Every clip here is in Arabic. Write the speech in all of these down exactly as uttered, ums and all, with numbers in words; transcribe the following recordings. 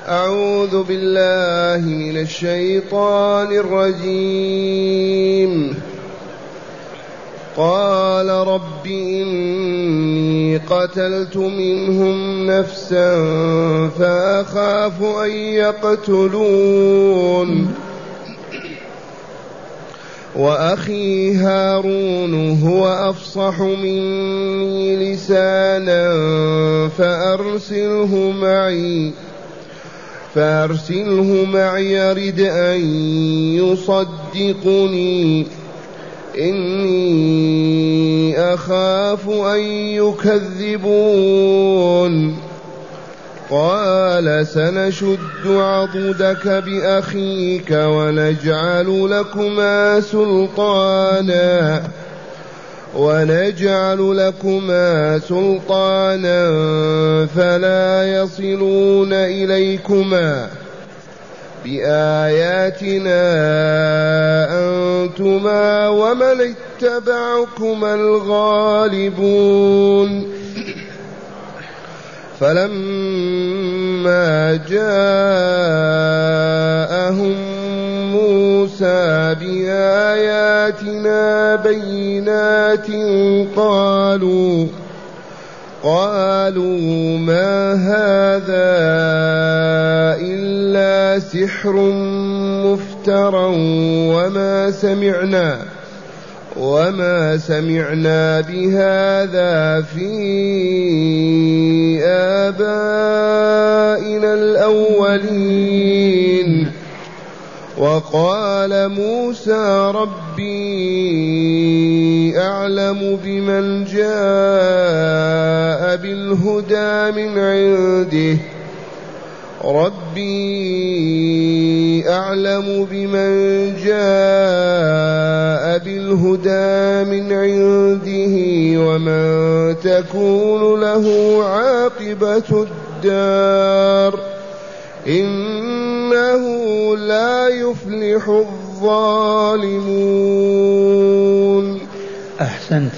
أعوذ بالله من الشيطان الرجيم. قال رب إني قتلت منهم نفسا فأخاف أن يقتلون وأخي هارون هو أفصح مني لسانا فأرسله معي فأرسله معي يرد أن يصدقني إني أخاف أن يكذبون. قال سنشد عضدك بأخيك ونجعل لكما سلطانا ونجعل لكما سلطانا فلا يصلون إليكما بآياتنا أنتما ومن اتبعكما الغالبون. فلما جاءهم موسى بآياتنا بينات قالوا قالوا ما هذا إلا سحر مفترى وما سمعنا وما سمعنا بهذا في آبائنا الأولين. وقال موسى ربي أعلم بمن جاء بالهدى من عنده ربي أعلم بمن جاء بالهدى من عنده ومن تكون له عاقبة الدار إنه لا يفلح الظالمون. أحسنت.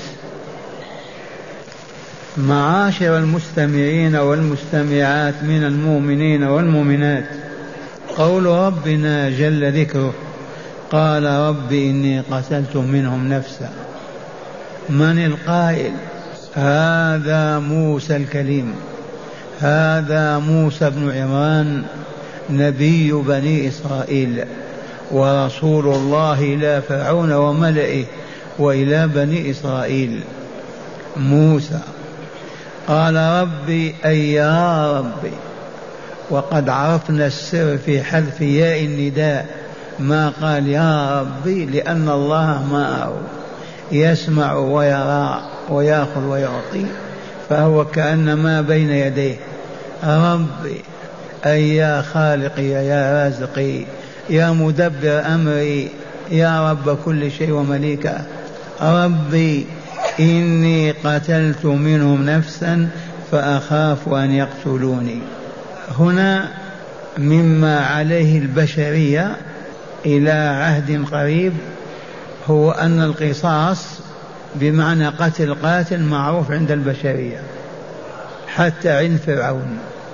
معاشر المستمعين والمستمعات من المؤمنين والمؤمنات، قول ربنا جل ذكره قال رب إني قتلت منهم نفسا. من القائل؟ هذا موسى الكليم، هذا موسى بن عمران نبي بني إسرائيل ورسول الله إلى فرعون وملئه وإلى بني إسرائيل. موسى قال ربي أي يا ربي، وقد عرفنا السر في حذف ياء النداء، ما قال يا ربي لأن الله معه يسمع ويرى ويأخذ ويعطي، فهو كأنما بين يديه. ربي أي يا خالقي يا رازقي يا مدبر أمري يا رب كل شيء ومليكه، ربي إني قتلت منهم نفسا فأخاف أن يقتلوني. هنا مما عليه البشرية إلى عهد قريب هو أن القصاص بمعنى قتل قاتل معروف عند البشرية، حتى عند فرعون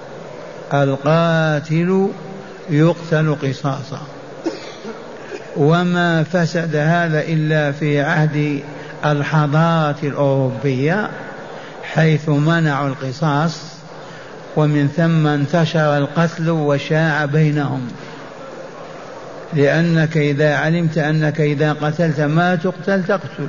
القاتل يقتل قصاصا. وما فسد هذا إلا في عهد الحضارة الأوروبية حيث منعوا القصاص، ومن ثم انتشر القتل وشاع بينهم، لأنك إذا علمت أنك إذا قتلت ما تقتل تقتل.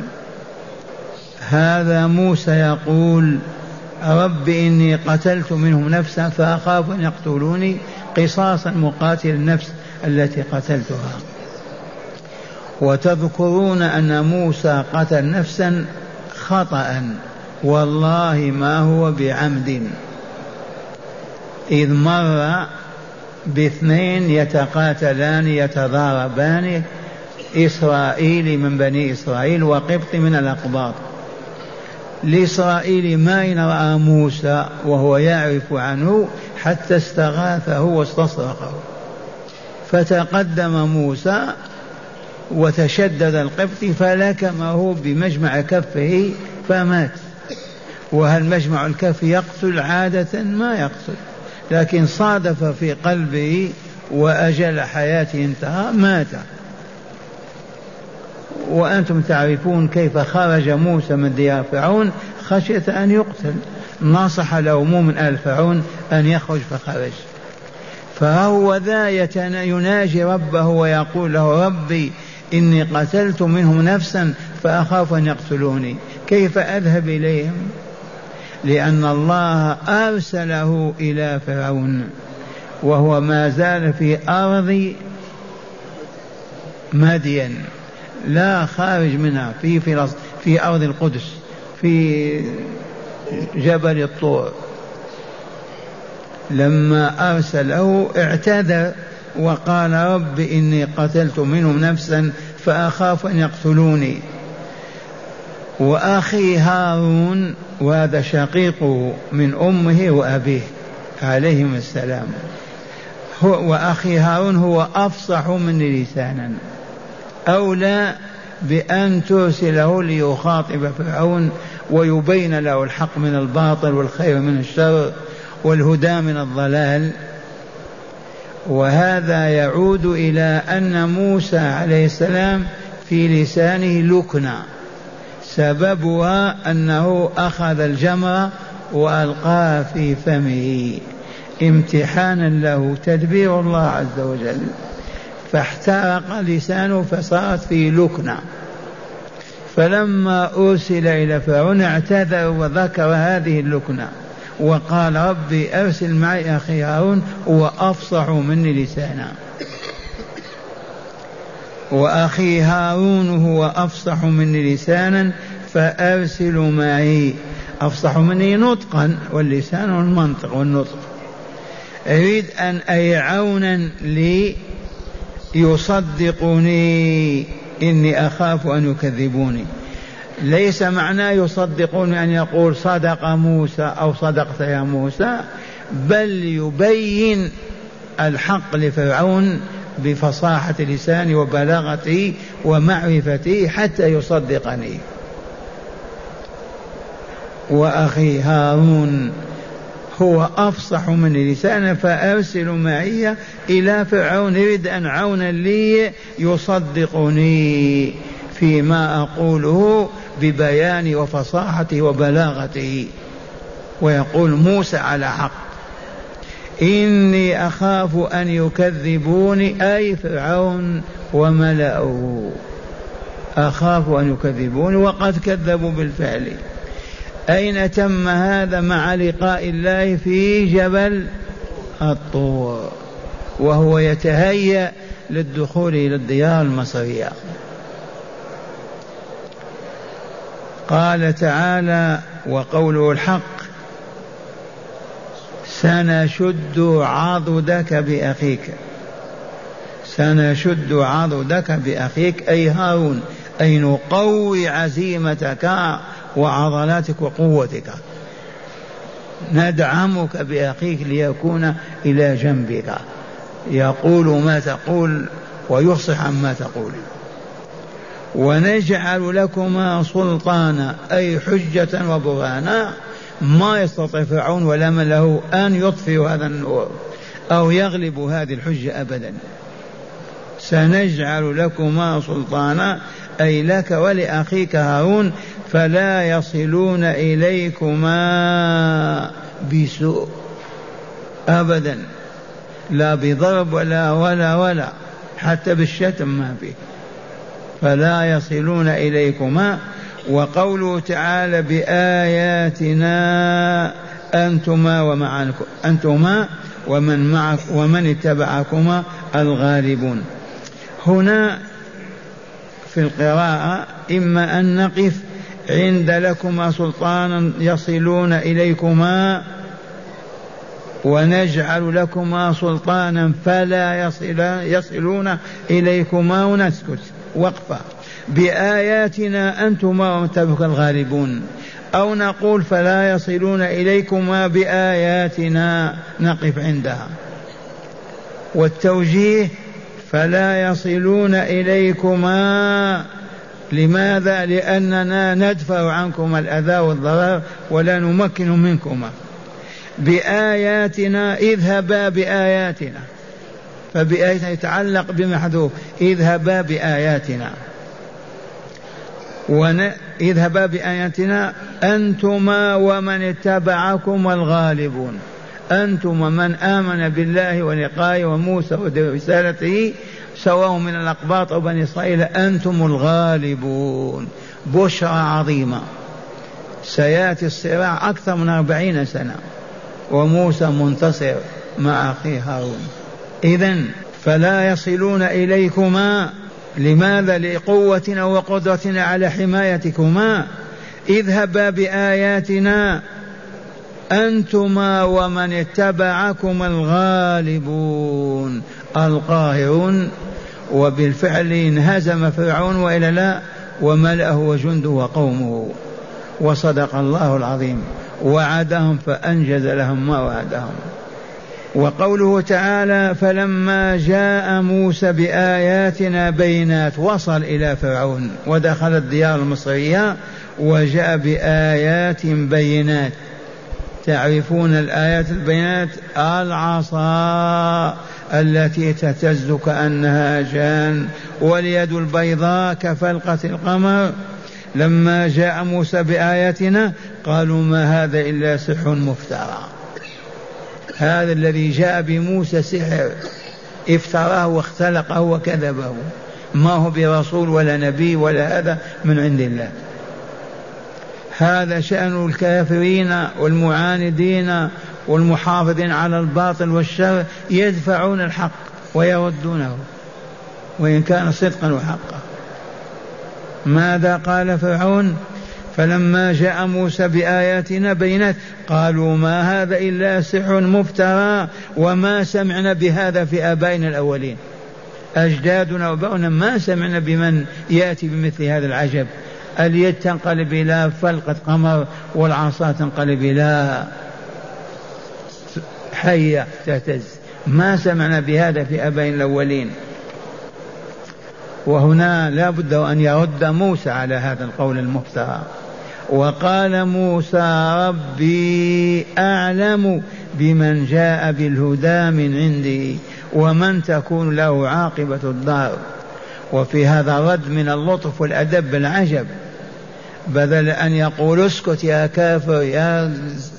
هذا موسى يقول رب إني قتلت منهم نفسا فأخاف أن يقتلوني قصاصا مقاتل النفس التي قتلتها. وتذكرون أن موسى قتل نفسا خطأ والله ما هو بعمد، إذ مر باثنين يتقاتلان يتضاربان، إسرائيلي من بني إسرائيل وقبط من الأقباط. لإسرائيلي ما إن رأى موسى وهو يعرف عنه حتى استغاثه واستصرخه، فتقدم موسى وتشدد القبطي فلكمه بمجمع كفه فمات. وهل مجمع الكف يقتل؟ عادة ما يقتل، لكن صادف في قلبه وأجل حياته انتهى مات. وأنتم تعرفون كيف خرج موسى من ديار فرعون خشية أن يقتل، نصح له من آل فرعون أن يخرج فخرج. فهو ذا يناجي ربه ويقول له ربي إني قتلت منهم نفسا فأخاف أن يقتلوني، كيف أذهب إليهم؟ لأن الله أرسله إلى فرعون وهو ما زال في أرض مدين لا خارج منها، في في, في أرض القدس في جبل الطور. لما أرسله اعتذر وقال رب إني قتلت منهم نفسا فأخاف أن يقتلوني. وأخي هارون وهذا شقيقه من أمه وأبيه عليهم السلام، هو وأخي هارون هو أفصح مني لسانا، أولى بأن ترسله ليخاطب فرعون ويبين له الحق من الباطل والخير من الشر والهدى من الضلال. وهذا يعود إلى أن موسى عليه السلام في لسانه لكنة، سببها أنه أخذ الجمرة وألقاها في فمه امتحانا له، تدبير الله عز وجل، فاحترق لسانه فصارت في لكنة. فلما أرسل إلى فرعون اعتذر وذكر هذه اللكنة وقال ربي أرسل معي أخي هارون هو أفصح مني لسانا. وأخي هارون هو أفصح مني لسانا فأرسل معي، أفصح مني نطقا واللسان والمنطق والنطق. أريد أن أي عونا لي يصدقني إني أخاف أن يكذبوني. ليس معناه يصدقون أن يقول صدق موسى أو صدقت يا موسى، بل يبين الحق لفرعون بفصاحة لسانه وبلاغته ومعرفته حتى يصدقني. وأخي هارون هو أفصح من لسانا فأرسل معي إلى فرعون، يريد أن عونا لي يصدقني فيما أقوله ببيان وفصاحته وبلاغته. ويقول موسى على حق إني أخاف أن يكذبوني، أي فرعون وملأه أخاف أن يكذبوني، وقد كذبوا بالفعل. أين تم هذا؟ مع لقاء الله في جبل الطور وهو يتهيأ للدخول إلى الديار المصرية. قال تعالى وقوله الحق سنشد عضدك بأخيك، سنشد عضدك بأخيك أي هارون، أي نقوي عزيمتك وعضلاتك وقوتك، ندعمك بأخيك ليكون إلى جنبك يقول ما تقول ويفصح عما تقول. ونجعل لكما سلطانا أي حجة وبرهانا ما يستطيع فرعون ولا من له أن يطفئ هذا النور أو يغلب هذه الحجة أبدا. سنجعل لكما سلطانا أي لك ولأخيك هارون فلا يصلون إليكما بسوء أبدا، لا بضرب ولا ولا ولا حتى بالشتم ما فيه، فلا يصلون إليكما. وقوله تعالى بآياتنا أنتما ومعكم أنتما ومن معك ومن اتبعكما الغالبون. هنا في القراءة إما أن نقف عند لكما سلطانا يصلون إليكما ونجعل لكما سلطانا فلا يصلون إليكما ونسكت وقفة، بآياتنا أنتما ومن اتبعكم الغالبون، أو نقول فلا يصلون إليكما بآياتنا نقف عندها. والتوجيه فلا يصلون إليكما لماذا؟ لأننا ندفع عنكما الأذى والضرر ولا نمكن منكما. بآياتنا اذهبا بآياتنا، فبآياتنا يتعلق بمحذوف اذهبا بآياتنا ون... اذهبا بآياتنا أنتما ومن اتبعكم الغالبون. أنتم من آمن بالله ولقائه وموسى ورسالته سواء من الأقباط أو بني إسرائيل أنتم الغالبون. بشرى عظيمة، سيأتي الصراع أكثر من أربعين سنة وموسى منتصر مع أخيه هارون. إذن فلا يصلون إليكما، لماذا؟ لقوتنا وقدرتنا على حمايتكما. اذهبا بآياتنا أنتما ومن اتبعكم الغالبون القاهرون. وبالفعل انهزم فرعون وإلا لا وملأه وجنده وقومه، وصدق الله العظيم، وعدهم فأنجز لهم ما وعدهم. وقوله تعالى فلما جاء موسى بآياتنا بينات، وصل إلى فرعون ودخل الديار المصرية وجاء بآيات بينات. تعرفون الآيات البينات؟ العصا التي تهتز كأنها جان، واليد البيضاء كفلقة القمر. لما جاء موسى بآياتنا قالوا ما هذا إلا سحر مفترى. هذا الذي جاء بموسى سحر افتراه واختلقه وكذبه، ما هو برسول ولا نبي ولا هذا من عند الله. هذا شأن الكافرين والمعاندين والمحافظين على الباطل والشر، يدفعون الحق ويردونه وإن كان صدقا وحقا. ماذا قال فرعون؟ فلما جاء موسى بآياتنا بينات قالوا ما هذا إلا سحر مفترى وما سمعنا بهذا في آبائنا الأولين. أجدادنا وباؤنا ما سمعنا بمن يأتي بمثل هذا العجب. اليد تنقلب إلى فلقة قمر والعصا تنقلب إلى حية تهتز، ما سمعنا بهذا في آبائنا الأولين. وهنا لا بد أن يرد موسى على هذا القول المفترى. وقال موسى ربي أعلم بمن جاء بالهدى من عندي ومن تكون له عاقبة الدار. وفي هذا رد من اللطف والأدب بالعجب، بدل أن يقول اسكت يا كافر، يا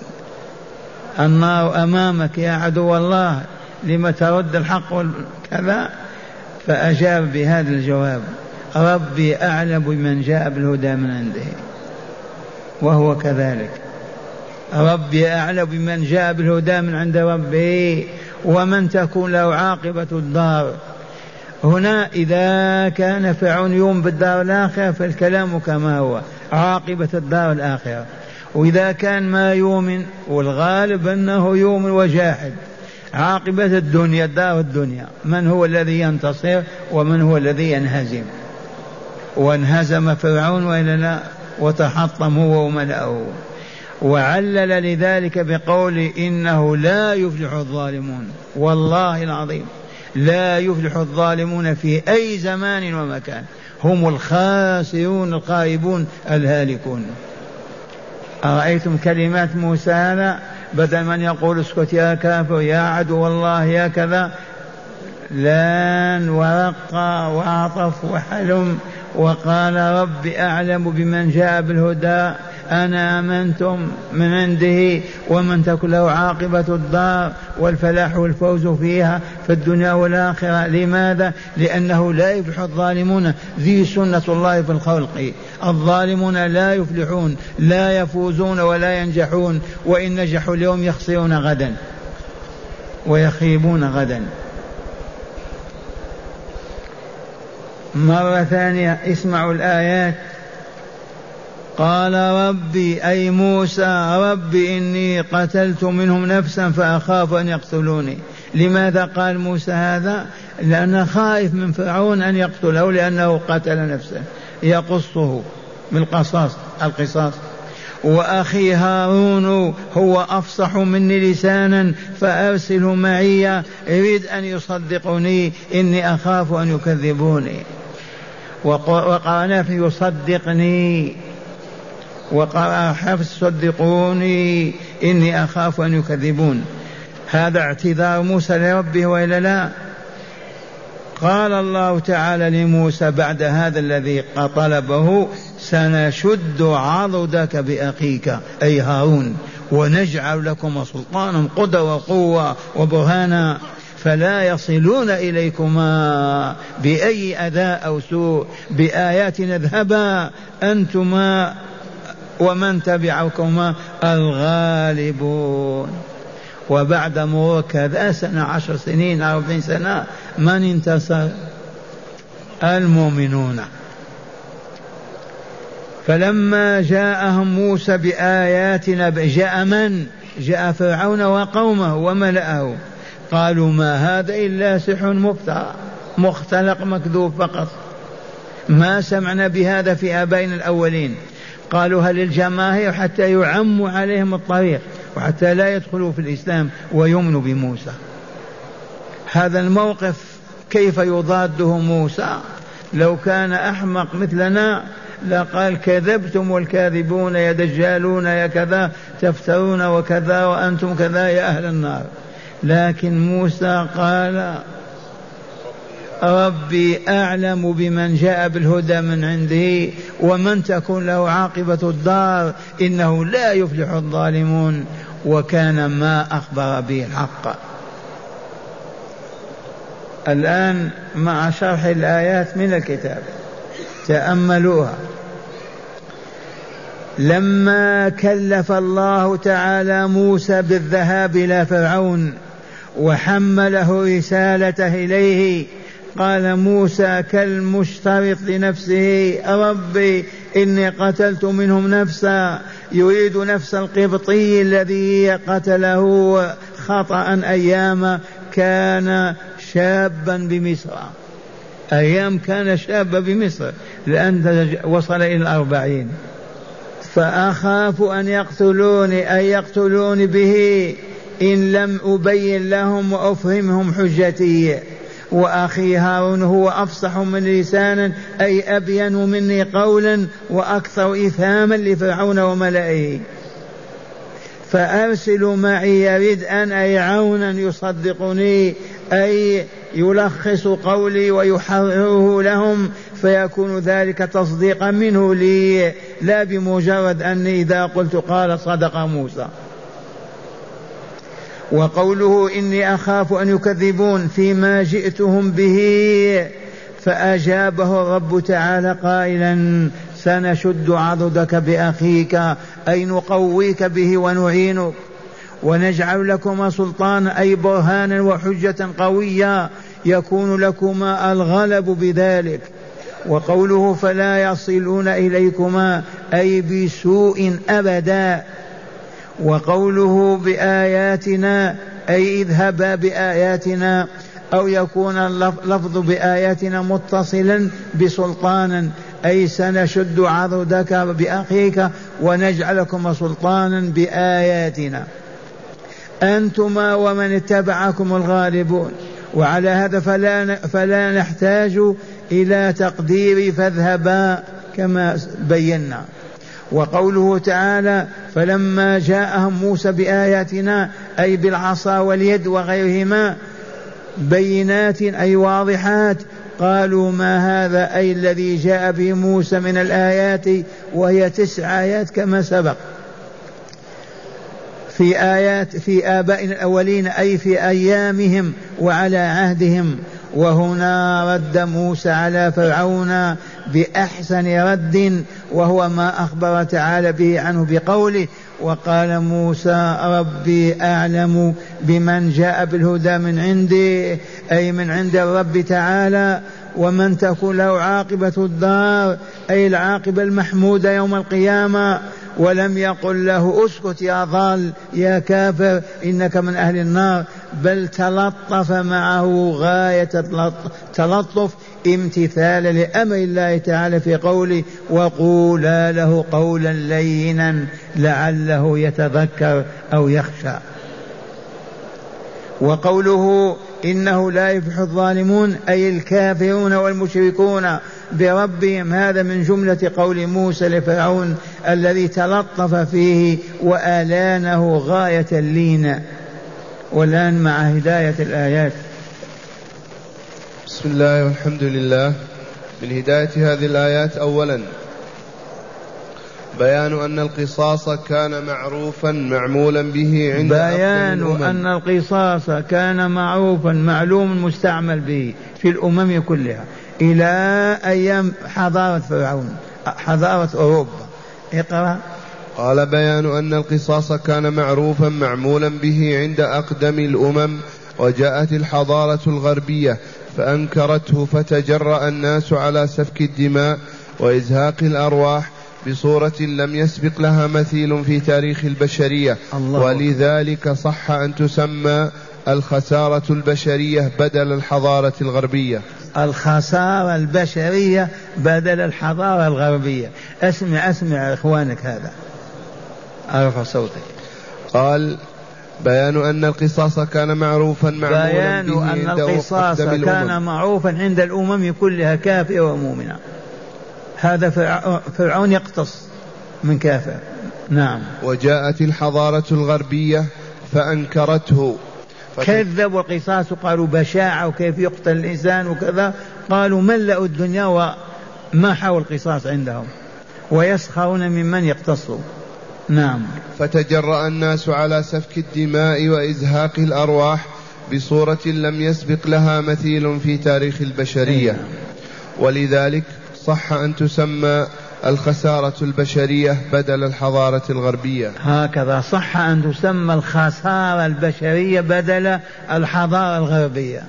النار أمامك يا عدو الله لما ترد الحق كذا، فأجاب بهذا الجواب ربي أعلم بمن جاء بالهدى من عنده. وهو كذلك، ربي أعلم بمن جاء بالهدى من عند ربه ومن تكون له عاقبة الدار. هنا إذا كان فرعون يؤمن بالدار الآخرة فالكلام كما هو، عاقبة الدار الآخرة. وإذا كان ما يؤمن، والغالب أنه يؤمن وجاحد، عاقبة الدنيا الدار الدنيا، من هو الذي ينتصر ومن هو الذي ينهزم. وانهزم فرعون وإلا لا، وتحطم هو وملأه. وعلل لذلك بقول إنه لا يفلح الظالمون. والله العظيم لا يفلح الظالمون في أي زمان ومكان، هم الخاسرون الخائبون الهالكون. أرأيتم كلمات موسى هذا؟ بدل من يقول اسكت يا كافر يا عدو والله يا كذا، لان ورقى وعطف وحلم وقال رب أعلم بمن جاء بالهدى أنا آمنتم من عنده ومن تكن له عاقبة الدار والفلاح والفوز فيها في الدنيا والآخرة. لماذا؟ لأنه لا يفلح الظالمون، ذي سنة الله في الخلق. الظالمون لا يفلحون، لا يفوزون ولا ينجحون، وإن نجحوا اليوم يخسرون غدا ويخيبون غدا. مرة ثانية اسمعوا الآيات. قال ربي أي موسى ربي إني قتلت منهم نفسا فأخاف أن يقتلوني. لماذا قال موسى هذا؟ لأنه خائف من فرعون أن يقتله لأنه قتل نفسا، يقصه بالقصاص القصاص. وأخي هارون هو أفصح مني لسانا فأرسله معي يريد أن يصدقني إني أخاف أن يكذبوني. وقال في يصدقني وقرأ حفص صدقوني إني أخاف أن يكذبون. هذا اعتذار موسى لربه وإلا لا؟ قال الله تعالى لموسى بعد هذا الذي طلبه سنشد عضدك بأخيك أي هارون ونجعل لكم سلطانا قدرة وقوة وبرهانا فلا يصلون إليكما بأي أذى أو سوء بآياتنا اذهبا أنتما ومن تبعكما الغالبون. وبعد مرور كذا سنة عشر سنين أربعين سنة من انتصر؟ المؤمنون. فلما جاءهم موسى بآياتنا جاء من؟ جاء فرعون وقومه وملأه قالوا ما هذا إلا سحر مفترى مختلق مكذوب فقط ما سمعنا بهذا في آبائنا الأولين. قالوا هل الجماهير حتى يعم عليهم الطريق وحتى لا يدخلوا في الإسلام ويؤمنوا بموسى. هذا الموقف كيف يضاده موسى؟ لو كان أحمق مثلنا لقال كذبتم والكاذبون يا دجالون يا كذا تفترون وكذا وأنتم كذا يا أهل النار. لكن موسى قال ربي أعلم بمن جاء بالهدى من عنده ومن تكون له عاقبة الدار إنه لا يفلح الظالمون وكان ما أخبر به الحق. الآن مع شرح الآيات من الكتاب تأملوها. لما كلف الله تعالى موسى بالذهاب إلى فرعون وحمله رسالته إليه قال موسى كالمشترط لنفسه ربي إني قتلت منهم نفسا يريد نفس القبطي الذي قتله خطأ أيام كان شابا بمصر أيام كان شابا بمصر لأن وصل إلى الأربعين فأخاف أن يقتلوني أن يقتلوني به إن لم أبين لهم وأفهمهم حجتي وأخي هارون هو أفصح من لسانا أي أبين مني قولا وأكثر إفهاما لفرعون وملئه فأرسلوا معي يرد أن أي عونا يصدقني أي يلخص قولي ويحرره لهم فيكون ذلك تصديقا منه لي لا بمجرد أني إذا قلت قال صدق موسى. وقوله إني أخاف أن يكذبون فيما جئتهم به فأجابه الرب تعالى قائلا سنشد عضدك بأخيك أي نقويك به ونعينك ونجعل لكما سلطانا أي برهانا وحجة قوية يكون لكما الغلب بذلك. وقوله فلا يصلون إليكما أي بسوء أبدا. وقوله بآياتنا أي اذهبا بآياتنا أو يكون اللفظ بآياتنا متصلا بسلطانا أي سنشد عضدك بأخيك ونجعلكم سلطانا بآياتنا أنتما ومن اتبعكم الغالبون. وعلى هذا فلا, فلا نحتاج إلى تقدير فاذهبا كما بينا. وقوله تعالى فلما جاءهم موسى بآياتنا أي بالعصا واليد وغيرهما بينات أي واضحات قالوا ما هذا أي الذي جاء به موسى من الآيات وهي تسع آيات كما سبق في آيات في آبائنا الأولين أي في أيامهم وعلى عهدهم. وهنا رد موسى على فرعون بأحسن رد وهو ما أخبر تعالى به عنه بقوله وقال موسى ربي أعلم بمن جاء بالهدى من عندي أي من عند الرب تعالى ومن تكون له عاقبة الدار أي العاقبة المحمودة يوم القيامة. ولم يقل له اسكت يا ضال يا كافر إنك من أهل النار بل تلطف معه غاية تلطف امتثالا لأمر الله تعالى في قوله وقولا له قولا لينا لعله يتذكر أو يخشى. وقوله إنه لا يفلح الظالمون أي الكافرون والمشركون بربهم. هذا من جملة قول موسى لفرعون الذي تلطف فيه وآلانه غاية اللين. والآن مع هداية الآيات. بسم الله والحمد لله. من هداية هذه الآيات أولا بيان أن القصاص كان معروفا معمولا به عند بيان أن القصاص كان معروفا معلوم مستعمل به في الأمم كلها إلى أيام حضارة فرعون حضارة أوروبا. اقرأ. قال بيان أن القصاص كان معروفا معمولا به عند أقدم الأمم وجاءت الحضارة الغربية فأنكرته فتجرأ الناس على سفك الدماء وإزهاق الأرواح بصورة لم يسبق لها مثيل في تاريخ البشرية. الله. ولذلك صح أن تسمى الخسارة البشرية بدل الحضارة الغربية. الخسارة البشرية بدل الحضارة الغربية. اسمع اسمع إخوانك هذا ارفع صوتك. قال بيان أن القصاص كان معروفا معمولا بيان به أن القصاص كان معروفا عند الأمم كلها كافرة ومؤمنة. هذا فرعون يقتص من كافر. نعم. وجاءت الحضارة الغربية فأنكرته كذبوا القصاص وقالوا بشاعة وكيف يقتل الإنسان وكذا. قالوا ملأوا الدنيا وما حاول القصاص عندهم ويسخرون ممن يقتصوا. نعم. فتجرأ الناس على سفك الدماء وإزهاق الأرواح بصورة لم يسبق لها مثيل في تاريخ البشرية. ولذلك صح أن تسمى الخسارة البشرية بدل الحضارة الغربية. هكذا صح أن تسمى الخسارة البشرية بدل الحضارة الغربية.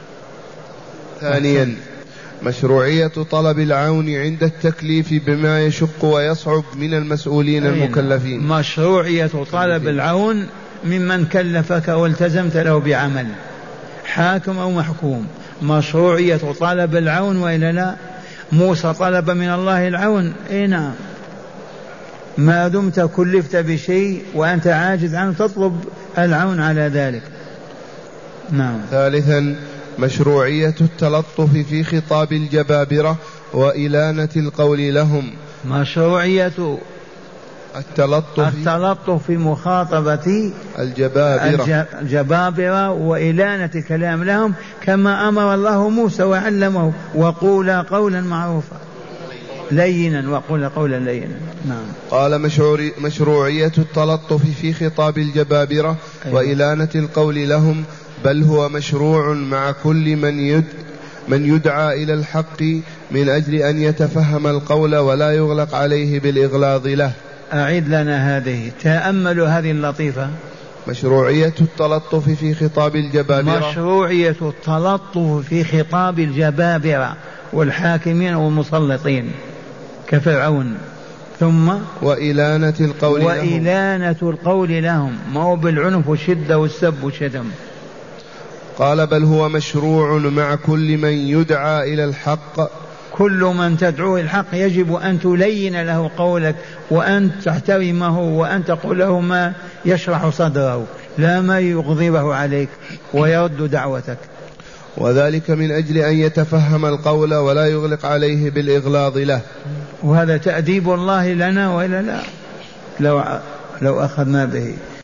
ثانيا مشروعية طلب العون عند التكليف بما يشق ويصعب من المسؤولين المكلفين. مشروعية طلب العون ممن كلفك والتزمت له بعمل حاكم أو محكوم. مشروعية طلب العون وإلا لا؟ موسى طلب من الله العون. اي نعم. ما دمت كلفت بشيء وأنت عاجز عنه تطلب العون على ذلك. نعم. ثالثا مشروعية التلطف في خطاب الجبابرة وإلانة القول لهم. مشروعية التلطف التلطف في مخاطبة الجبابرة الجبابرة وإلانة الكلام لهم كما أمر الله موسى وعلمه وقولا قولا معروفا لينا وقولا قولا لينا. نعم. قال مشروعية التلطف في خطاب الجبابرة أيوة. وإلانة القول لهم بل هو مشروع مع كل من يد من يدعى إلى الحق من أجل أن يتفهم القول ولا يغلق عليه بالإغلاظ له. أعيد لنا هذه. تأملوا هذه اللطيفة. مشروعية التلطف في خطاب الجبابرة. مشروعية التلطف في خطاب الجبابرة والحاكمين والمسلطين كفرعون. ثم وإلانة القول لهم. وإلانة القول لهم ما هو بالعنف والشدة والسب والشتم. قال بل هو مشروع مع كل من يدعى إلى الحق. كل من تدعوه الحق يجب أن تلين له قولك وأن تحترمه وأن تقول له ما يشرح صدره لا ما يغضبه عليك ويرد دعوتك. وذلك من أجل أن يتفهم القول ولا يغلق عليه بالإغلاظ له. وهذا تأديب الله لنا وإلا لا لو, لو أخذنا به.